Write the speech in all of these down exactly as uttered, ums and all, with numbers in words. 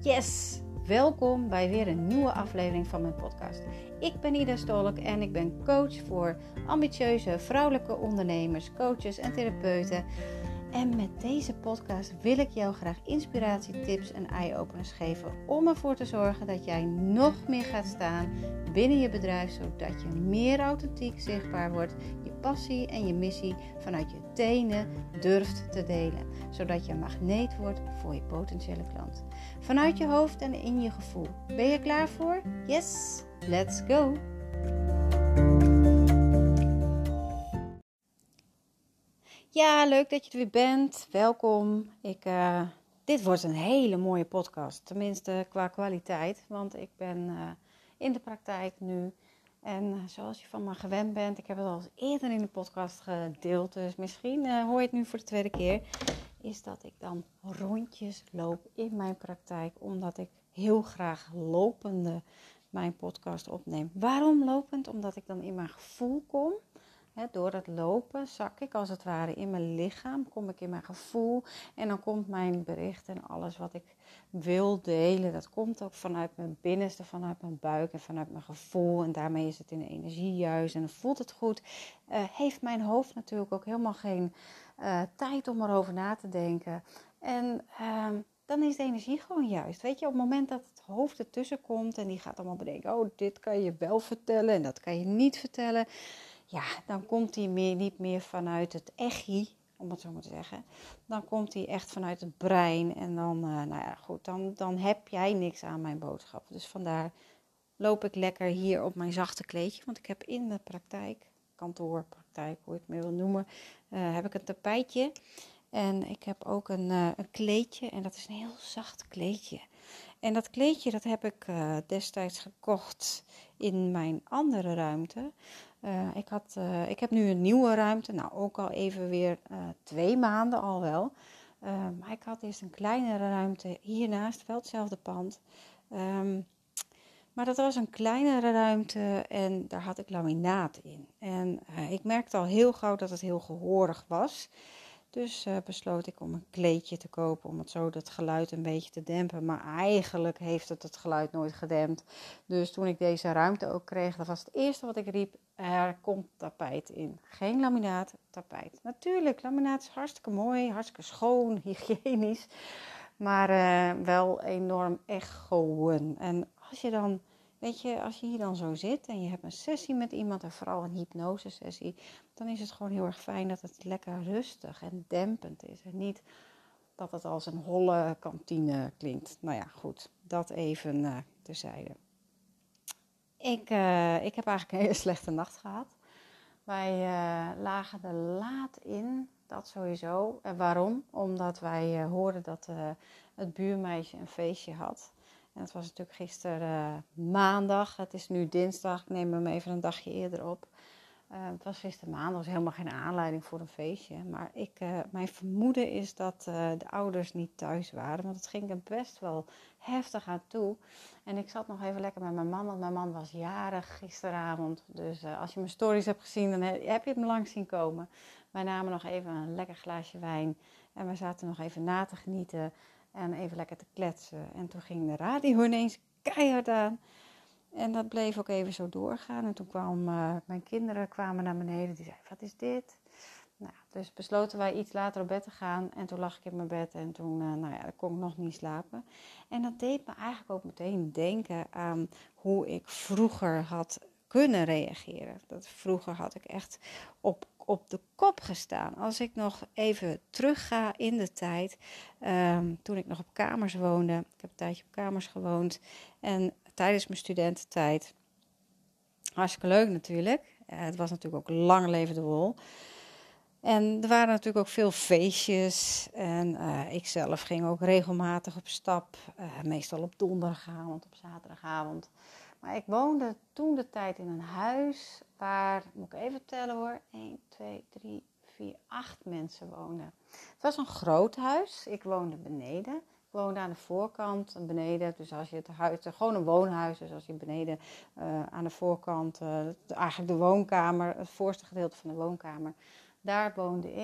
Yes! Welkom bij weer een nieuwe aflevering van mijn podcast. Ik ben Ida Stolk en ik ben coach voor ambitieuze vrouwelijke ondernemers, coaches en therapeuten. En met deze podcast wil ik jou graag inspiratie, tips en eye-openers geven om ervoor te zorgen dat jij nog meer gaat staan binnen je bedrijf, zodat je meer authentiek zichtbaar wordt, je passie en je missie vanuit je tenen durft te delen, zodat je een magneet wordt voor je potentiële klant. Vanuit je hoofd en in je gevoel. Ben je klaar voor? Yes, let's go! Ja, leuk dat je er weer bent. Welkom. Ik, uh, dit wordt een hele mooie podcast. Tenminste qua kwaliteit. Want ik ben uh, in de praktijk nu. En uh, zoals je van me gewend bent. Ik heb het al eens eerder in de podcast gedeeld. Dus misschien uh, hoor je het nu voor de tweede keer. Is dat ik dan rondjes loop in mijn praktijk. Omdat ik heel graag lopende mijn podcast opneem. Waarom lopend? Omdat ik dan in mijn gevoel kom. He, door het lopen zak ik als het ware in mijn lichaam, kom ik in mijn gevoel en dan komt mijn bericht en alles wat ik wil delen. Dat komt ook vanuit mijn binnenste, vanuit mijn buik en vanuit mijn gevoel en daarmee is het in de energie juist en dan voelt het goed. Uh, heeft mijn hoofd natuurlijk ook helemaal geen uh, tijd om erover na te denken en uh, dan is de energie gewoon juist. Weet je, op het moment dat het hoofd ertussen komt en die gaat allemaal bedenken, oh dit kan je wel vertellen en dat kan je niet vertellen. Ja, dan komt hij meer, niet meer vanuit het echi, om het zo maar te zeggen. Dan komt hij echt vanuit het brein. En dan, uh, nou ja, goed, dan, dan heb jij niks aan mijn boodschap. Dus vandaar loop ik lekker hier op mijn zachte kleedje. Want ik heb in de praktijk, kantoorpraktijk, hoe je het meer wil noemen, uh, heb ik een tapijtje. En ik heb ook een, uh, een kleedje. En dat is een heel zacht kleedje. En dat kleedje dat heb ik uh, destijds gekocht in mijn andere ruimte. Uh, ik, had, uh, ik heb nu een nieuwe ruimte, nou ook al even weer uh, twee maanden al wel. Uh, maar ik had eerst een kleinere ruimte hiernaast, wel hetzelfde pand. Um, maar dat was een kleinere ruimte en daar had ik laminaat in. En uh, ik merkte al heel gauw dat het heel gehoorig was. Dus uh, besloot ik om een kleedje te kopen om het zo dat geluid een beetje te dempen. Maar eigenlijk heeft het het geluid nooit gedempt. Dus toen ik deze ruimte ook kreeg, dat was het eerste wat ik riep. Er komt tapijt in. Geen laminaat, tapijt. Natuurlijk, laminaat is hartstikke mooi, hartstikke schoon, hygiënisch. Maar uh, wel enorm echoen. En als je dan... Weet je, als je hier dan zo zit en je hebt een sessie met iemand en vooral een hypnosesessie, dan is het gewoon heel erg fijn dat het lekker rustig en dempend is. En niet dat het als een holle kantine klinkt. Nou ja, goed, dat even uh, terzijde. Ik, uh, ik heb eigenlijk een hele slechte nacht gehad. Wij uh, lagen er laat in, dat sowieso. En waarom? Omdat wij uh, hoorden dat uh, het buurmeisje een feestje had. En het was natuurlijk gisteren uh, maandag. Het is nu dinsdag. Ik neem hem even een dagje eerder op. Uh, het was gisteren maandag. Er was helemaal geen aanleiding voor een feestje. Maar ik, uh, mijn vermoeden is dat uh, de ouders niet thuis waren. Want het ging er best wel heftig aan toe. En ik zat nog even lekker met mijn man. Want mijn man was jarig gisteravond. Dus uh, als je mijn stories hebt gezien, dan heb je hem langs zien komen. Wij namen nog even een lekker glaasje wijn. En we zaten nog even na te genieten. En even lekker te kletsen. En toen ging de radio ineens keihard aan. En dat bleef ook even zo doorgaan. En toen kwamen uh, mijn kinderen kwamen naar beneden. Die zeiden, wat is dit? Nou, dus besloten wij iets later op bed te gaan. En toen lag ik in mijn bed. En toen uh, nou ja, dan kon ik nog niet slapen. En dat deed me eigenlijk ook meteen denken aan hoe ik vroeger had kunnen reageren. Dat vroeger had ik echt op op de kop gestaan. Als ik nog even terugga in de tijd, um, toen ik nog op kamers woonde. Ik heb een tijdje op kamers gewoond. En tijdens mijn studententijd, hartstikke leuk natuurlijk. Uh, het was natuurlijk ook lang leven de wol. En er waren natuurlijk ook veel feestjes. En uh, ik zelf ging ook regelmatig op stap. Uh, meestal op donderdagavond, op zaterdagavond. Maar ik woonde toen de tijd in een huis waar, moet ik even tellen hoor, één, twee, drie, vier, acht mensen woonden. Het was een groot huis. Ik woonde beneden. Ik woonde aan de voorkant en beneden. Dus als je het huis, gewoon een woonhuis, dus als je beneden uh, aan de voorkant, uh, eigenlijk de woonkamer, het voorste gedeelte van de woonkamer, daar woonde ik.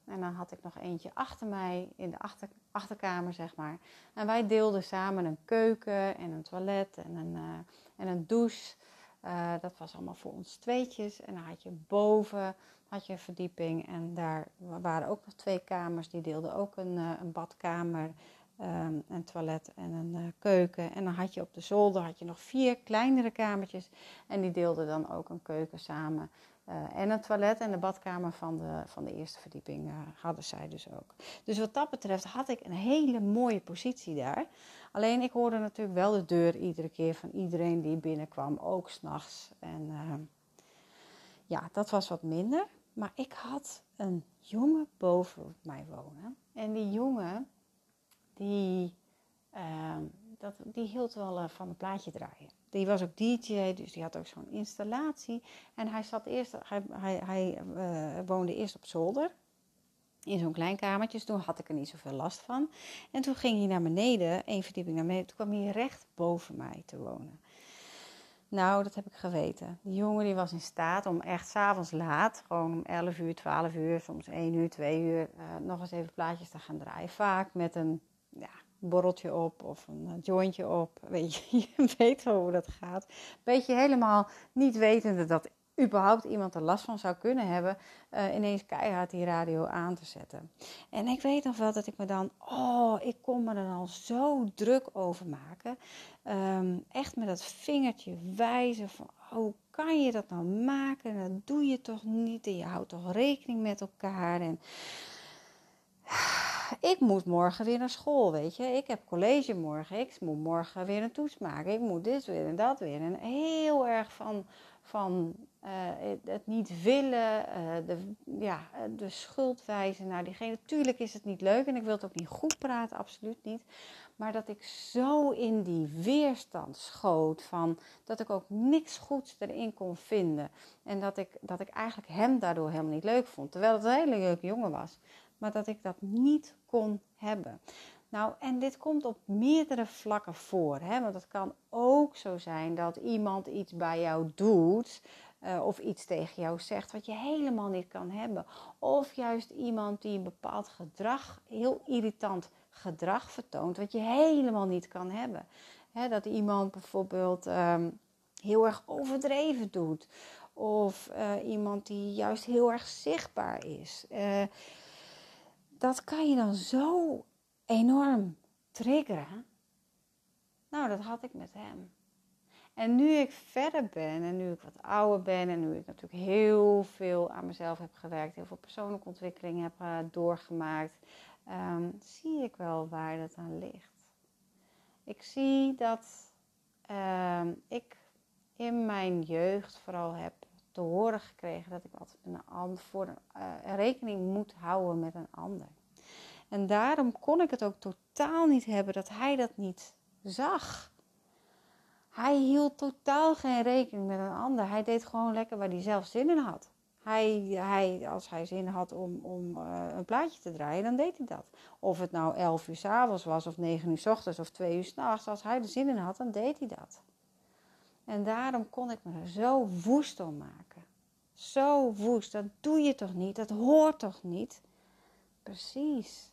En dan had ik nog eentje achter mij in de achter, achterkamer, zeg maar. En wij deelden samen een keuken en een toilet en een, uh, en een douche. Uh, dat was allemaal voor ons tweetjes. En dan had je boven had je een verdieping. En daar waren ook nog twee kamers. Die deelden ook een, uh, een badkamer, um, een toilet en een uh, keuken. En dan had je op de zolder had je nog vier kleinere kamertjes. En die deelden dan ook een keuken samen. Uh, en een toilet en de badkamer van de, van de eerste verdieping uh, hadden zij dus ook. Dus wat dat betreft had ik een hele mooie positie daar. Alleen ik hoorde natuurlijk wel de deur iedere keer van iedereen die binnenkwam, ook 's nachts. En uh, ja, dat was wat minder. Maar ik had een jongen boven mij wonen. En die jongen, die, uh, dat, die hield wel uh, van een plaatje draaien. Die was ook D J, dus die had ook zo'n installatie. En hij zat eerst, hij, hij, hij uh, woonde eerst op zolder. In zo'n klein kamertje. Dus toen had ik er niet zoveel last van. En toen ging hij naar beneden, één verdieping naar beneden. Toen kwam hij recht boven mij te wonen. Nou, dat heb ik geweten. Die jongen die was in staat om echt 's avonds laat, gewoon om elf uur, twaalf uur, soms één uur, twee uur, uh, nog eens even plaatjes te gaan draaien. Vaak met een ja, borreltje op of een jointje op. Weet je, je weet wel hoe dat gaat. Beetje helemaal niet wetende dat überhaupt iemand er last van zou kunnen hebben, uh, ineens keihard die radio aan te zetten. En ik weet nog wel dat ik me dan, oh, ik kon me er dan zo druk over maken. Um, echt met dat vingertje wijzen van, oh, hoe kan je dat nou maken? En dat doe je toch niet en je houdt toch rekening met elkaar. En ik moet morgen weer naar school, weet je. Ik heb college morgen, ik moet morgen weer een toets maken. Ik moet dit weer en dat weer. En heel erg van... van uh, het, het niet willen, uh, de, ja, de schuld wijzen naar diegene. Tuurlijk is het niet leuk en ik wil het ook niet goed praten, absoluut niet. Maar dat ik zo in die weerstand schoot van dat ik ook niks goeds erin kon vinden. En dat ik, dat ik eigenlijk hem daardoor helemaal niet leuk vond. Terwijl het een hele leuke jongen was. Maar dat ik dat niet kon hebben. Nou, en dit komt op meerdere vlakken voor. Hè? Want het kan ook zo zijn dat iemand iets bij jou doet... Uh, of iets tegen jou zegt wat je helemaal niet kan hebben. Of juist iemand die een bepaald gedrag, heel irritant gedrag vertoont... wat je helemaal niet kan hebben. Hè, dat iemand bijvoorbeeld um, heel erg overdreven doet. Of uh, iemand die juist heel erg zichtbaar is. Uh, dat kan je dan zo enorm triggeren. Nou, dat had ik met hem. En nu ik verder ben en nu ik wat ouder ben en nu ik natuurlijk heel veel aan mezelf heb gewerkt, heel veel persoonlijke ontwikkeling heb uh, doorgemaakt, um, zie ik wel waar dat aan ligt. Ik zie dat uh, ik in mijn jeugd vooral heb te horen gekregen dat ik wat een ander, voor een, uh, rekening moet houden met een ander. En daarom kon ik het ook totaal niet hebben dat hij dat niet zag. Hij hield totaal geen rekening met een ander. Hij deed gewoon lekker waar hij zelf zin in had. Hij, hij, als hij zin had om, om uh, een plaatje te draaien, dan deed hij dat. Of het nou elf uur 's avonds was, of negen uur 's ochtends, of twee uur 's nachts. Als hij er zin in had, dan deed hij dat. En daarom kon ik me er zo woest om maken. Zo woest. Dat doe je toch niet? Dat hoort toch niet? Precies.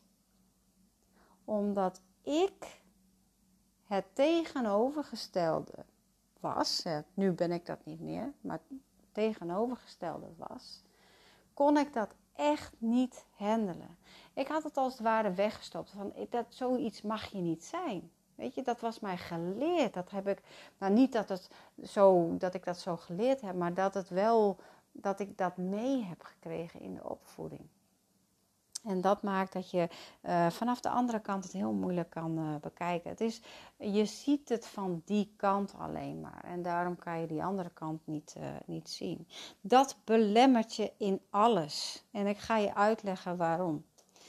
Omdat ik het tegenovergestelde was, nu ben ik dat niet meer, maar het tegenovergestelde was, kon ik dat echt niet handelen. Ik had het als het ware weggestopt, van dat, zoiets mag je niet zijn. Weet je, dat was mij geleerd. Dat heb ik, nou niet dat, het zo, dat ik dat zo geleerd heb, maar dat het wel, dat ik dat mee heb gekregen in de opvoeding. En dat maakt dat je uh, vanaf de andere kant het heel moeilijk kan uh, bekijken. Het is, je ziet het van die kant alleen maar. En daarom kan je die andere kant niet, uh, niet zien. Dat belemmert je in alles. En ik ga je uitleggen waarom.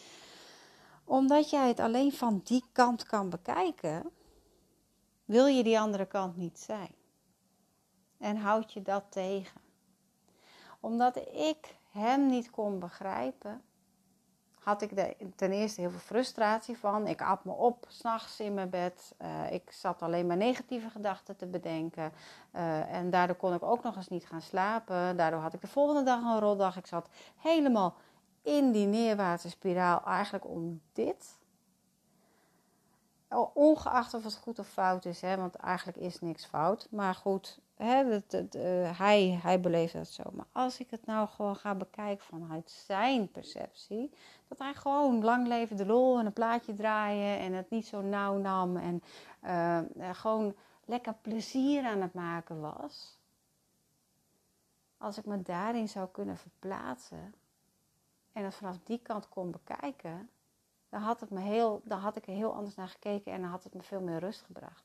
Omdat jij het alleen van die kant kan bekijken, wil je die andere kant niet zijn. En houd je dat tegen. Omdat ik hem niet kon begrijpen, had ik de, ten eerste heel veel frustratie van. Ik at me op, 's nachts in mijn bed. Uh, ik zat alleen maar negatieve gedachten te bedenken. Uh, en daardoor kon ik ook nog eens niet gaan slapen. Daardoor had ik de volgende dag een rotdag. Ik zat helemaal in die neerwaartse spiraal eigenlijk om dit. Ongeacht of het goed of fout is, hè, want eigenlijk is niks fout. Maar goed, hè, het, het, uh, hij, hij beleeft dat zo. Maar als ik het nou gewoon ga bekijken vanuit zijn perceptie, dat hij gewoon lang leven de lol en een plaatje draaien en het niet zo nauw nam en uh, gewoon lekker plezier aan het maken was. Als ik me daarin zou kunnen verplaatsen en het vanaf die kant kon bekijken, Dan had, het me heel, dan had ik er heel anders naar gekeken en dan had het me veel meer rust gebracht.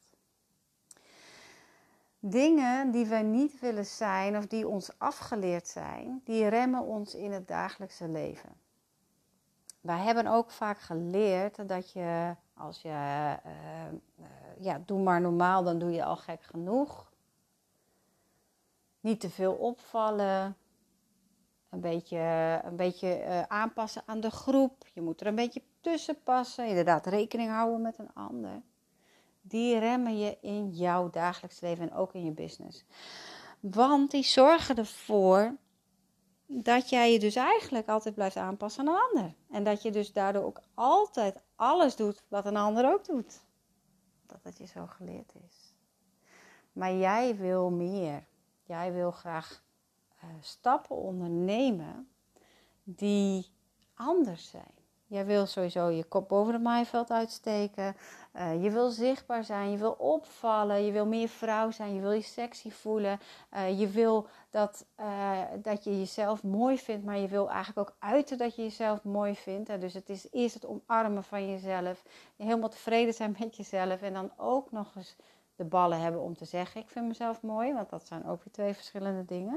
Dingen die wij niet willen zijn of die ons afgeleerd zijn, die remmen ons in het dagelijkse leven. Wij hebben ook vaak geleerd dat je, als je, uh, uh, ja, doe maar normaal, dan doe je al gek genoeg. Niet te veel opvallen. Een beetje, een beetje uh, aanpassen aan de groep. Je moet er een beetje tussen passen. Inderdaad, rekening houden met een ander. Die remmen je in jouw dagelijks leven en ook in je business. Want die zorgen ervoor dat jij je dus eigenlijk altijd blijft aanpassen aan een ander. En dat je dus daardoor ook altijd alles doet wat een ander ook doet. Dat het je zo geleerd is. Maar jij wil meer. Jij wil graag Uh, stappen ondernemen die anders zijn. Jij wil sowieso je kop boven het maaiveld uitsteken. Uh, je wil zichtbaar zijn. Je wil opvallen. Je wil meer vrouw zijn. Je wil je sexy voelen. Uh, je wil dat, uh, dat je jezelf mooi vindt. Maar je wil eigenlijk ook uiten dat je jezelf mooi vindt. Uh, dus het is eerst het omarmen van jezelf. Helemaal tevreden zijn met jezelf. En dan ook nog eens de ballen hebben om te zeggen: ik vind mezelf mooi. Want dat zijn ook weer twee verschillende dingen.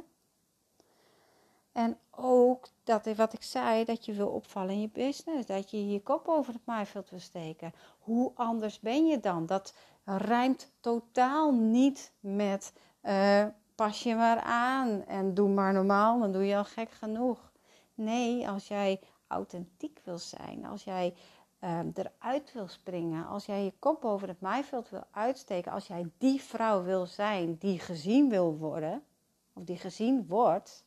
En ook dat, wat ik zei, dat je wil opvallen in je business. Dat je je kop over het maaiveld wil steken. Hoe anders ben je dan? Dat rijmt totaal niet met uh, pas je maar aan en doe maar normaal, dan doe je al gek genoeg. Nee, als jij authentiek wil zijn, als jij uh, eruit wil springen, als jij je kop over het maaiveld wil uitsteken, als jij die vrouw wil zijn die gezien wil worden, of die gezien wordt,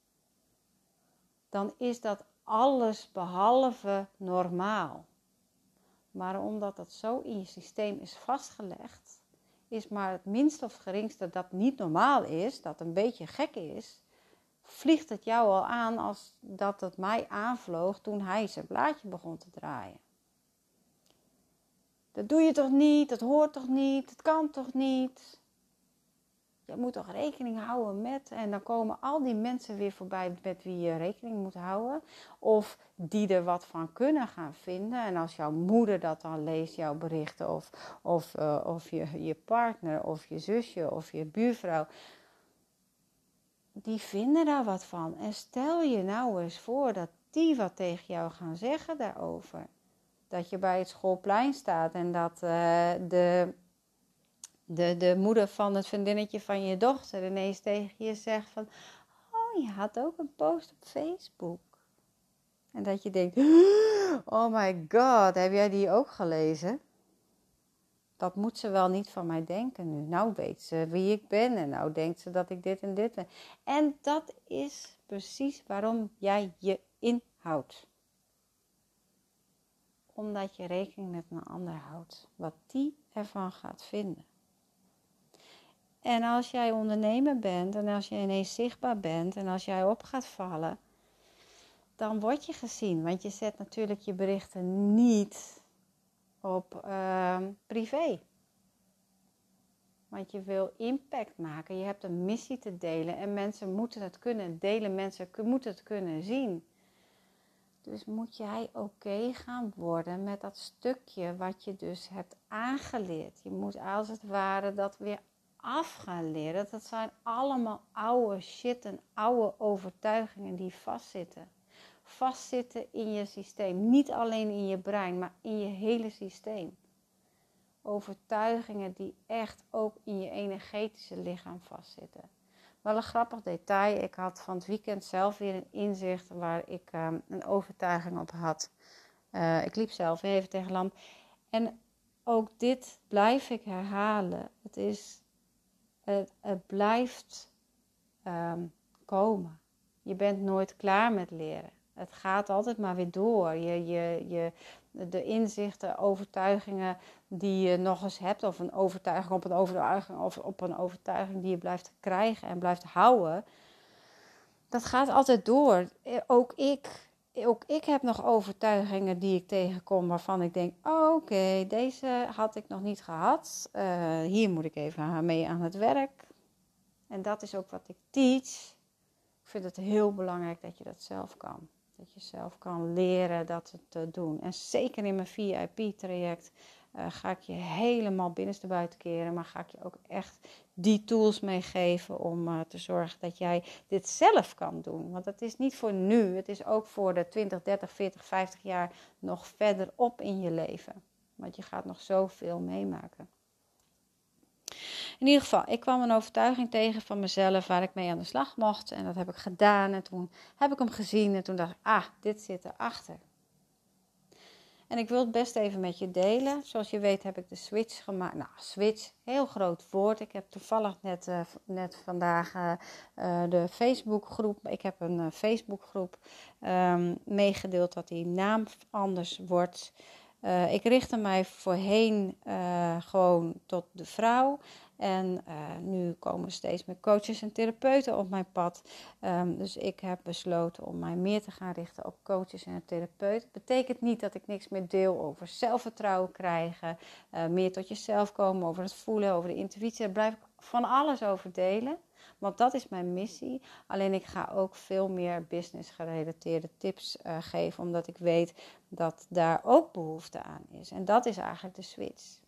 dan is dat alles behalve normaal. Maar omdat dat zo in je systeem is vastgelegd, is maar het minste of geringste dat niet normaal is, dat een beetje gek is, vliegt het jou al aan als dat het mij aanvloog toen hij zijn blaadje begon te draaien. Dat doe je toch niet, dat hoort toch niet, dat kan toch niet. Je moet toch rekening houden met, en dan komen al die mensen weer voorbij met wie je rekening moet houden. Of die er wat van kunnen gaan vinden. En als jouw moeder dat dan leest, jouw berichten, of, of, uh, of je, je partner, of je zusje, of je buurvrouw. Die vinden daar wat van. En stel je nou eens voor dat die wat tegen jou gaan zeggen daarover. Dat je bij het schoolplein staat en dat uh, de... De, de moeder van het vriendinnetje van je dochter ineens tegen je zegt van, oh, je had ook een post op Facebook. En dat je denkt, oh my god, heb jij die ook gelezen? Dat moet ze wel niet van mij denken nu. Nou weet ze wie ik ben en nou denkt ze dat ik dit en dit ben. En dat is precies waarom jij je inhoudt. Omdat je rekening met een ander houdt. Wat die ervan gaat vinden. En als jij ondernemer bent en als je ineens zichtbaar bent en als jij op gaat vallen, dan word je gezien. Want je zet natuurlijk je berichten niet op uh, privé. Want je wil impact maken. Je hebt een missie te delen en mensen moeten het kunnen delen. Mensen moeten het kunnen zien. Dus moet jij oké gaan worden met dat stukje wat je dus hebt aangeleerd. Je moet als het ware dat weer af gaan leren. Dat zijn allemaal oude shit en oude overtuigingen die vastzitten. Vastzitten in je systeem. Niet alleen in je brein, maar in je hele systeem. Overtuigingen die echt ook in je energetische lichaam vastzitten. Wel een grappig detail. Ik had van het weekend zelf weer een inzicht waar ik um, een overtuiging op had. Uh, ik liep zelf even tegen lamp. En ook dit blijf ik herhalen. Het is... Het, het blijft um, komen. Je bent nooit klaar met leren. Het gaat altijd maar weer door. Je, je, je, de inzichten, overtuigingen die je nog eens hebt, of een overtuiging op een overtuiging, of op een overtuiging die je blijft krijgen en blijft houden, dat gaat altijd door. Ook ik, ook ik heb nog overtuigingen die ik tegenkom waarvan ik denk, oh, oké, okay, deze had ik nog niet gehad. Uh, hier moet ik even mee aan het werk. En dat is ook wat ik teach. Ik vind het heel belangrijk dat je dat zelf kan. Dat je zelf kan leren dat te doen. En zeker in mijn V I P-traject uh, ga ik je helemaal binnenstebuiten keren. Maar ga ik je ook echt die tools meegeven om uh, te zorgen dat jij dit zelf kan doen. Want het is niet voor nu. Het is ook voor de twintig, dertig, veertig, vijftig jaar nog verderop in je leven. Want je gaat nog zoveel meemaken. In ieder geval, ik kwam een overtuiging tegen van mezelf waar ik mee aan de slag mocht. En dat heb ik gedaan. En toen heb ik hem gezien. En toen dacht ik, ah, dit zit erachter. En ik wil het best even met je delen. Zoals je weet heb ik de switch gemaakt. Nou, switch, heel groot woord. Ik heb toevallig net, uh, net vandaag uh, uh, de Facebookgroep. Ik heb een uh, Facebookgroep um, meegedeeld dat die naam anders wordt. Uh, ik richtte mij voorheen uh, gewoon tot de vrouw. En uh, nu komen steeds meer coaches en therapeuten op mijn pad. Um, dus ik heb besloten om mij meer te gaan richten op coaches en therapeuten. Dat betekent niet dat ik niks meer deel over zelfvertrouwen krijgen. Uh, meer tot jezelf komen, over het voelen, over de intuïtie. Daar blijf ik van alles over delen. Want dat is mijn missie. Alleen ik ga ook veel meer business gerelateerde tips uh, geven. Omdat ik weet dat daar ook behoefte aan is. En dat is eigenlijk de switch.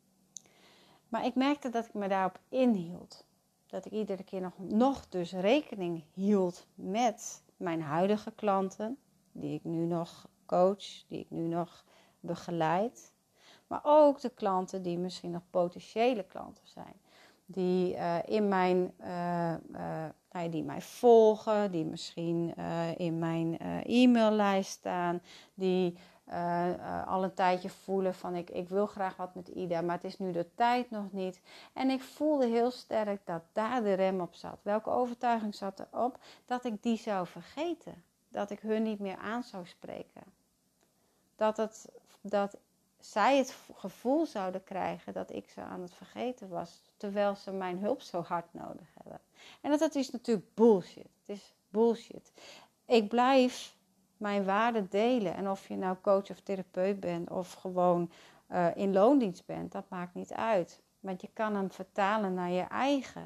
Maar ik merkte dat ik me daarop inhield. Dat ik iedere keer nog, nog dus rekening hield met mijn huidige klanten. Die ik nu nog coach, die ik nu nog begeleid. Maar ook de klanten die misschien nog potentiële klanten zijn. Die, uh, in mijn, uh, uh, nou ja, die mij volgen, die misschien uh, in mijn uh, e-maillijst staan. Die uh, uh, al een tijdje voelen van ik, ik wil graag wat met Ida, maar het is nu de tijd nog niet. En ik voelde heel sterk dat daar de rem op zat. Welke overtuiging zat erop? Dat ik die zou vergeten. Dat ik hun niet meer aan zou spreken. Dat het... Dat zij het gevoel zouden krijgen dat ik ze aan het vergeten was, terwijl ze mijn hulp zo hard nodig hebben. En dat, dat is natuurlijk bullshit. Het is bullshit. Ik blijf mijn waarde delen. En of je nou coach of therapeut bent of gewoon uh, in loondienst bent, dat maakt niet uit. Want je kan hem vertalen naar je eigen.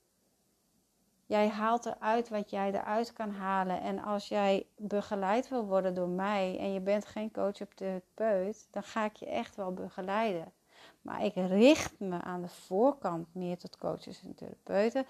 Jij haalt eruit wat jij eruit kan halen. En als jij begeleid wil worden door mij en je bent geen coach of therapeut, dan ga ik je echt wel begeleiden. Maar ik richt me aan de voorkant meer tot coaches en therapeuten,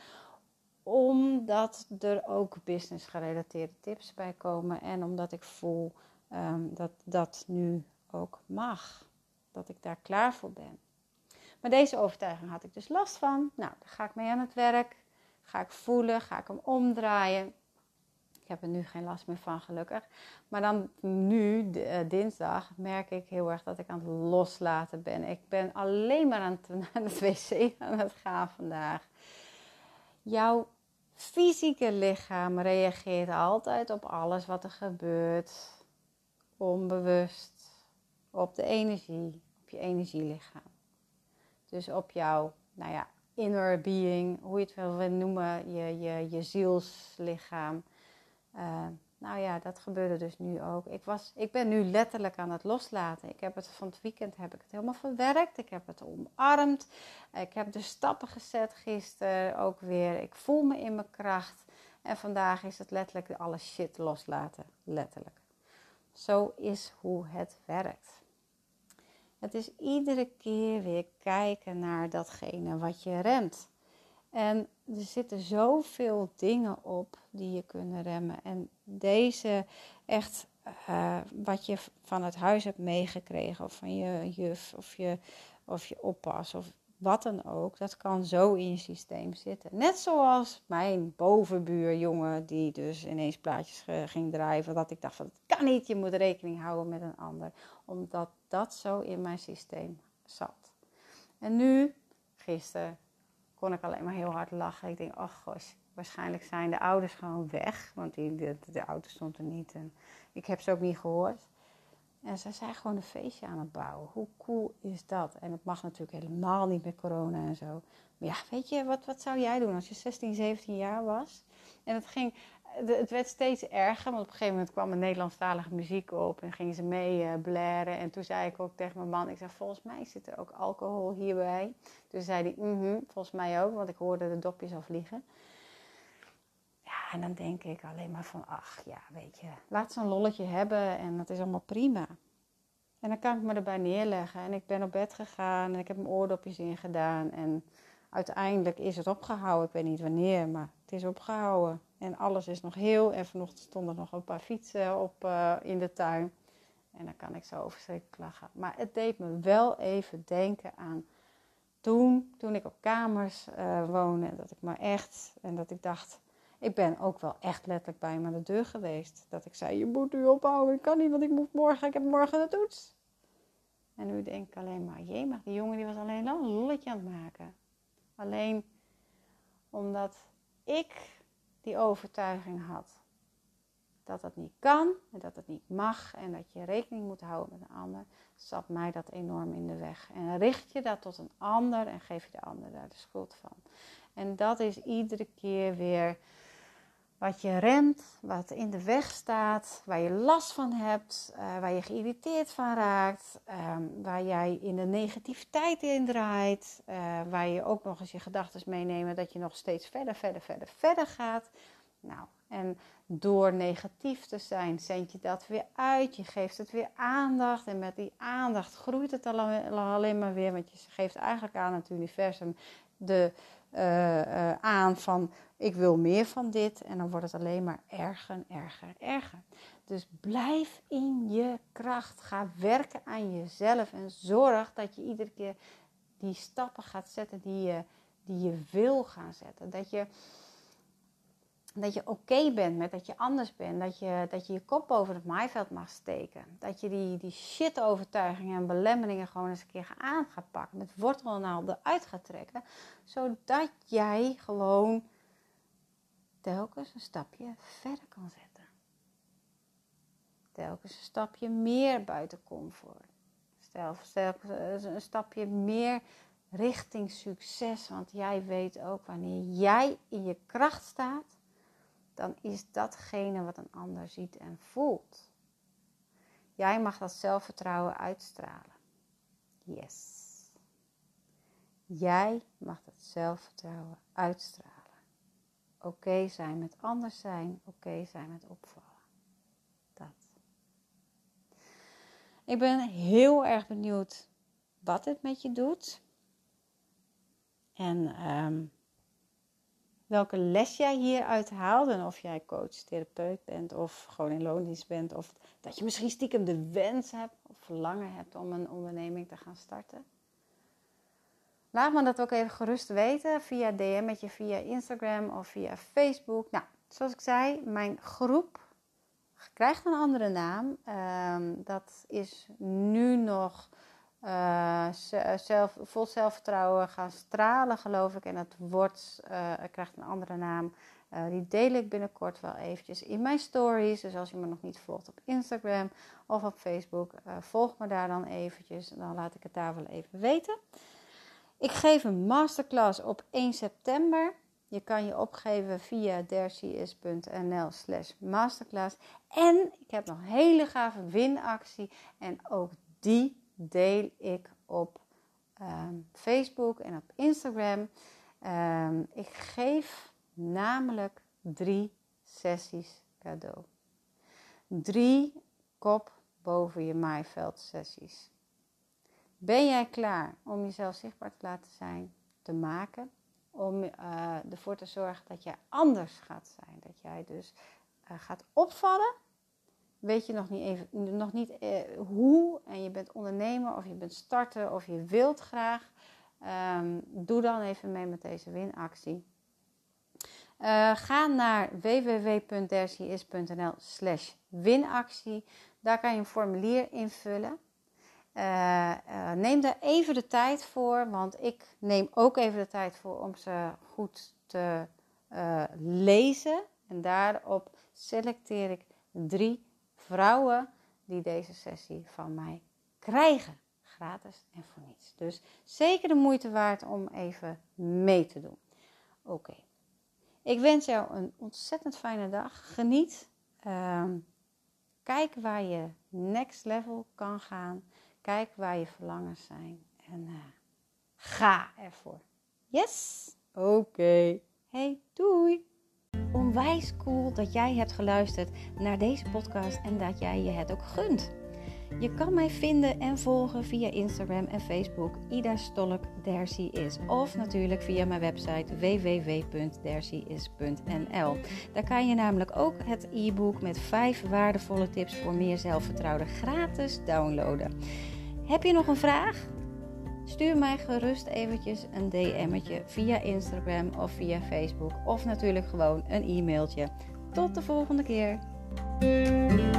omdat er ook business gerelateerde tips bij komen. En omdat ik voel um, dat dat nu ook mag. Dat ik daar klaar voor ben. Maar deze overtuiging had ik dus last van. Nou, daar ga ik mee aan het werk. Ga ik voelen, ga ik hem omdraaien. Ik heb er nu geen last meer van, gelukkig. Maar dan nu, uh, dinsdag, merk ik heel erg dat ik aan het loslaten ben. Ik ben alleen maar aan het, naar het wc aan het gaan vandaag. Jouw fysieke lichaam reageert altijd op alles wat er gebeurt. Onbewust. Op de energie. Op je energielichaam. Dus op jouw, nou ja, inner being, hoe je het wil noemen, je, je, je zielslichaam. Uh, nou ja, dat gebeurde dus nu ook. Ik, was, ik ben nu letterlijk aan het loslaten. Ik heb het van het weekend heb ik het helemaal verwerkt. Ik heb het omarmd. Ik heb de stappen gezet gisteren ook weer. Ik voel me in mijn kracht. En vandaag is het letterlijk alle shit loslaten. Letterlijk. Zo is hoe het werkt. Het is iedere keer weer kijken naar datgene wat je remt. En er zitten zoveel dingen op die je kunnen remmen. En deze echt, uh, wat je van het huis hebt meegekregen, of van je juf, of je, of je oppas, of wat dan ook, dat kan zo in je systeem zitten. Net zoals mijn bovenbuurjongen, die dus ineens plaatjes ging draaien, dat ik dacht van, dat kan niet, je moet rekening houden met een ander. Omdat dat zo in mijn systeem zat. En nu, gisteren, kon ik alleen maar heel hard lachen. Ik denk, oh gosh, Waarschijnlijk zijn de ouders gewoon weg. Want die, de, de auto stond er niet. En ik heb ze ook niet gehoord. En ze zijn gewoon een feestje aan het bouwen. Hoe cool is dat? En het mag natuurlijk helemaal niet met corona en zo. Maar ja, weet je, wat, wat zou jij doen als je zestien, zeventien jaar was? En het ging, het werd steeds erger. Want op een gegeven moment kwam er Nederlandstalige muziek op. En gingen ze mee uh, blaren. En toen zei ik ook tegen mijn man, ik zei, volgens mij zit er ook alcohol hierbij. Toen zei hij, mm-hmm, volgens mij ook. Want ik hoorde de dopjes al vliegen. Ja, en dan denk ik alleen maar van, ach ja, weet je, laat ze een lolletje hebben en dat is allemaal prima. En dan kan ik me erbij neerleggen en ik ben op bed gegaan en ik heb mijn oordopjes ingedaan. En uiteindelijk is het opgehouden, ik weet niet wanneer, maar het is opgehouden. En alles is nog heel en vanochtend stonden nog een paar fietsen op uh, in de tuin. En dan kan ik zo verschrikkelijk lachen. Maar het deed me wel even denken aan toen, toen ik op kamers uh, woonde. Dat ik maar echt, en dat ik dacht... Ik ben ook wel echt letterlijk bij hem aan de deur geweest. Dat ik zei, je moet nu ophouden. Ik kan niet, want ik moet morgen, ik heb morgen de toets. En nu denk ik alleen maar, jemig, die jongen die was alleen al een lolletje aan het maken. Alleen omdat ik die overtuiging had dat dat niet kan en dat het niet mag en dat je rekening moet houden met een ander, zat mij dat enorm in de weg. En richt je dat tot een ander en geef je de ander daar de schuld van. En dat is iedere keer weer wat je remt, wat in de weg staat, waar je last van hebt, uh, waar je geïrriteerd van raakt, um, waar jij in de negativiteit in draait, uh, waar je ook nog eens je gedachten meenemen dat je nog steeds verder, verder, verder, verder gaat. Nou, en door negatief te zijn, zend je dat weer uit, je geeft het weer aandacht en met die aandacht groeit het alleen maar weer, want je geeft eigenlijk aan het universum de... Uh, uh, aan van ik wil meer van dit en dan wordt het alleen maar erger, erger, erger. Dus blijf in je kracht. Ga werken aan jezelf en zorg dat je iedere keer die stappen gaat zetten die je, die je wil gaan zetten. Dat je, dat je oké okay bent met dat je anders bent. Dat je, dat je je kop boven het maaiveld mag steken. Dat je die, die shit overtuigingen en belemmeringen gewoon eens een keer aan gaat pakken. Met wortel en naald eruit gaat trekken. Zodat jij gewoon telkens een stapje verder kan zetten. Telkens een stapje meer buiten comfort. Telkens een stapje meer richting succes. Want jij weet ook wanneer jij in je kracht staat, dan is datgene wat een ander ziet en voelt. Jij mag dat zelfvertrouwen uitstralen. Yes. Jij mag dat zelfvertrouwen uitstralen. Oké okay zijn met anders zijn. Oké okay zijn met opvallen. Dat. Ik ben heel erg benieuwd wat het met je doet. En um, welke les jij hieruit haalt. En of jij coach, therapeut bent of gewoon in loondienst bent. Of dat je misschien stiekem de wens hebt of verlangen hebt om een onderneming te gaan starten. Laat me dat ook even gerust weten via D M'tje, via Instagram of via Facebook. Nou, zoals ik zei, mijn groep krijgt een andere naam. Um, dat is nu nog uh, zelf, vol zelfvertrouwen gaan stralen, geloof ik. En dat wordt, uh, krijgt een andere naam. Uh, die deel ik binnenkort wel eventjes in mijn stories. Dus als je me nog niet volgt op Instagram of op Facebook, uh, volg me daar dan eventjes. Dan laat ik het daar wel even weten. Ik geef een masterclass op één september. Je kan je opgeven via dercies.nl slash masterclass. En ik heb nog een hele gave winactie. En ook die deel ik op um, Facebook en op Instagram. Um, ik geef namelijk drie sessies cadeau. Drie kop boven je maaiveld sessies. Ben jij klaar om jezelf zichtbaar te laten zijn, te maken? Om uh, ervoor te zorgen dat jij anders gaat zijn. Dat jij dus uh, gaat opvallen. Weet je nog niet, even, nog niet uh, hoe. En je bent ondernemer of je bent starter of je wilt graag. Um, doe dan even mee met deze winactie. Uh, ga naar w w w punt dercies.nl slash winactie. Daar kan je een formulier invullen. Uh, uh, neem daar even de tijd voor, want ik neem ook even de tijd voor om ze goed te uh, lezen. En daarop selecteer ik drie vrouwen die deze sessie van mij krijgen. Gratis en voor niets. Dus zeker de moeite waard om even mee te doen. Oké. Okay. Ik wens jou een ontzettend fijne dag. Geniet. Uh, kijk waar je next level kan gaan. Kijk waar je verlangens zijn. En uh, ga ervoor. Yes? Oké. Okay. Hey, doei. Onwijs cool dat jij hebt geluisterd naar deze podcast en dat jij je het ook gunt. Je kan mij vinden en volgen via Instagram en Facebook Ida Stolk There She Is. Of natuurlijk via mijn website w w w punt there she is punt n l. Daar kan je namelijk ook het e-book met vijf waardevolle tips voor meer zelfvertrouwen gratis downloaden. Heb je nog een vraag? Stuur mij gerust eventjes een D M'tje via Instagram of via Facebook. Of natuurlijk gewoon een e-mailtje. Tot de volgende keer.